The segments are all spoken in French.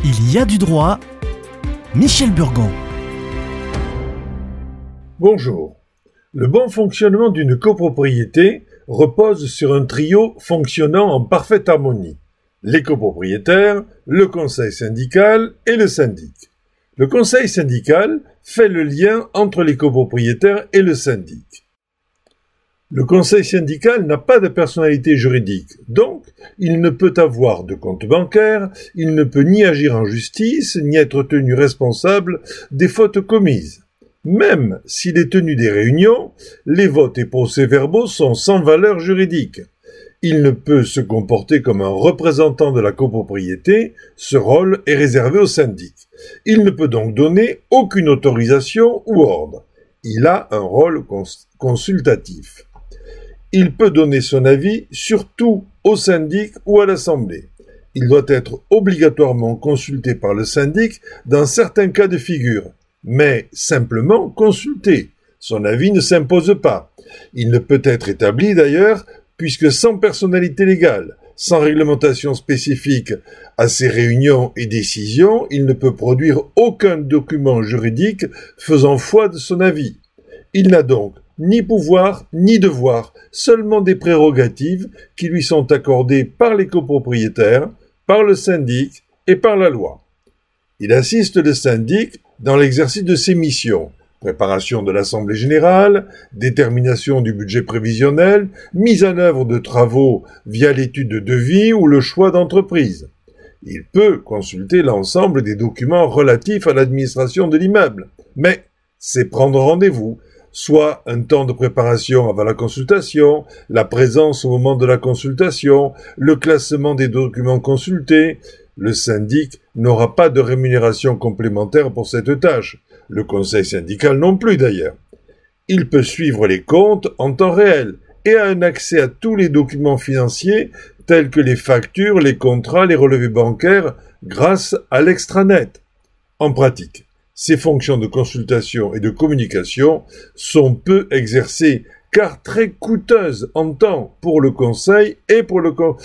Il y a du droit. Michel Burgon. Bonjour. Le bon fonctionnement d'une copropriété repose sur un trio fonctionnant en parfaite harmonie. Les copropriétaires, le conseil syndical et le syndic. Le conseil syndical fait le lien entre les copropriétaires et le syndic. Le conseil syndical n'a pas de personnalité juridique, donc il ne peut avoir de compte bancaire, il ne peut ni agir en justice, ni être tenu responsable des fautes commises. Même s'il est tenu des réunions, les votes et procès-verbaux sont sans valeur juridique. Il ne peut se comporter comme un représentant de la copropriété, ce rôle est réservé au syndic. Il ne peut donc donner aucune autorisation ou ordre. Il a un rôle consultatif. Il peut donner son avis sur tout au syndic ou à l'assemblée. Il doit être obligatoirement consulté par le syndic dans certains cas de figure, mais simplement consulté. Son avis ne s'impose pas. Il ne peut être établi d'ailleurs, puisque sans personnalité légale, sans réglementation spécifique à ses réunions et décisions, il ne peut produire aucun document juridique faisant foi de son avis. Il n'a donc ni pouvoir ni devoir, seulement des prérogatives qui lui sont accordées par les copropriétaires, par le syndic et par la loi. Il assiste le syndic dans l'exercice de ses missions, préparation de l'assemblée générale, détermination du budget prévisionnel, mise en œuvre de travaux via l'étude de devis ou le choix d'entreprise. Il peut consulter l'ensemble des documents relatifs à l'administration de l'immeuble, mais c'est prendre rendez-vous, soit un temps de préparation avant la consultation, la présence au moment de la consultation, le classement des documents consultés. Le syndic n'aura pas de rémunération complémentaire pour cette tâche. Le conseil syndical non plus d'ailleurs. Il peut suivre les comptes en temps réel et a un accès à tous les documents financiers tels que les factures, les contrats, les relevés bancaires grâce à l'extranet. En pratique, ces fonctions de consultation et de communication sont peu exercées car très coûteuses en temps pour le conseil et pour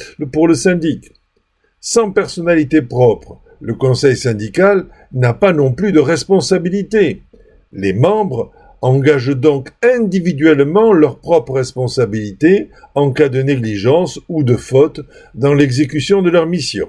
le syndic. Sans personnalité propre, le conseil syndical n'a pas non plus de responsabilité. Les membres engagent donc individuellement leurs propres responsabilités en cas de négligence ou de faute dans l'exécution de leur mission.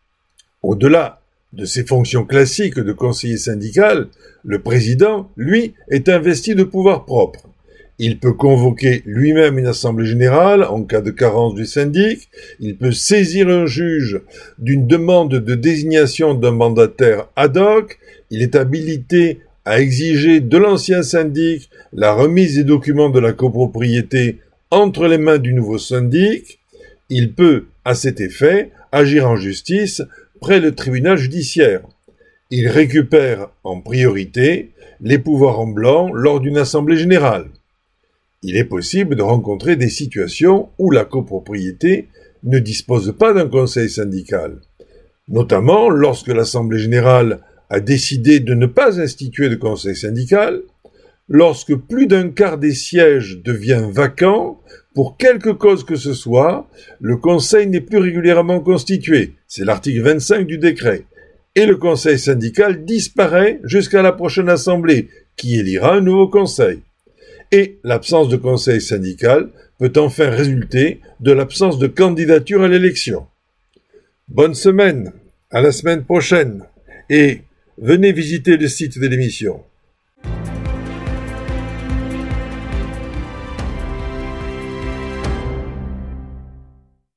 Au-delà de ses fonctions classiques de conseiller syndical, le président, lui, est investi de pouvoirs propres. Il peut convoquer lui-même une assemblée générale en cas de carence du syndic, il peut saisir un juge d'une demande de désignation d'un mandataire ad hoc, il est habilité à exiger de l'ancien syndic la remise des documents de la copropriété entre les mains du nouveau syndic, il peut, à cet effet, agir en justice près le tribunal judiciaire. Il récupère en priorité les pouvoirs en blanc lors d'une assemblée générale. Il est possible de rencontrer des situations où la copropriété ne dispose pas d'un conseil syndical, notamment lorsque l'assemblée générale a décidé de ne pas instituer de conseil syndical, lorsque plus d'un quart des sièges devient vacant, pour quelque cause que ce soit, le conseil n'est plus régulièrement constitué, c'est l'article 25 du décret, et le conseil syndical disparaît jusqu'à la prochaine assemblée, qui élira un nouveau conseil. Et l'absence de conseil syndical peut enfin résulter de l'absence de candidature à l'élection. Bonne semaine, à la semaine prochaine, et venez visiter le site de l'émission.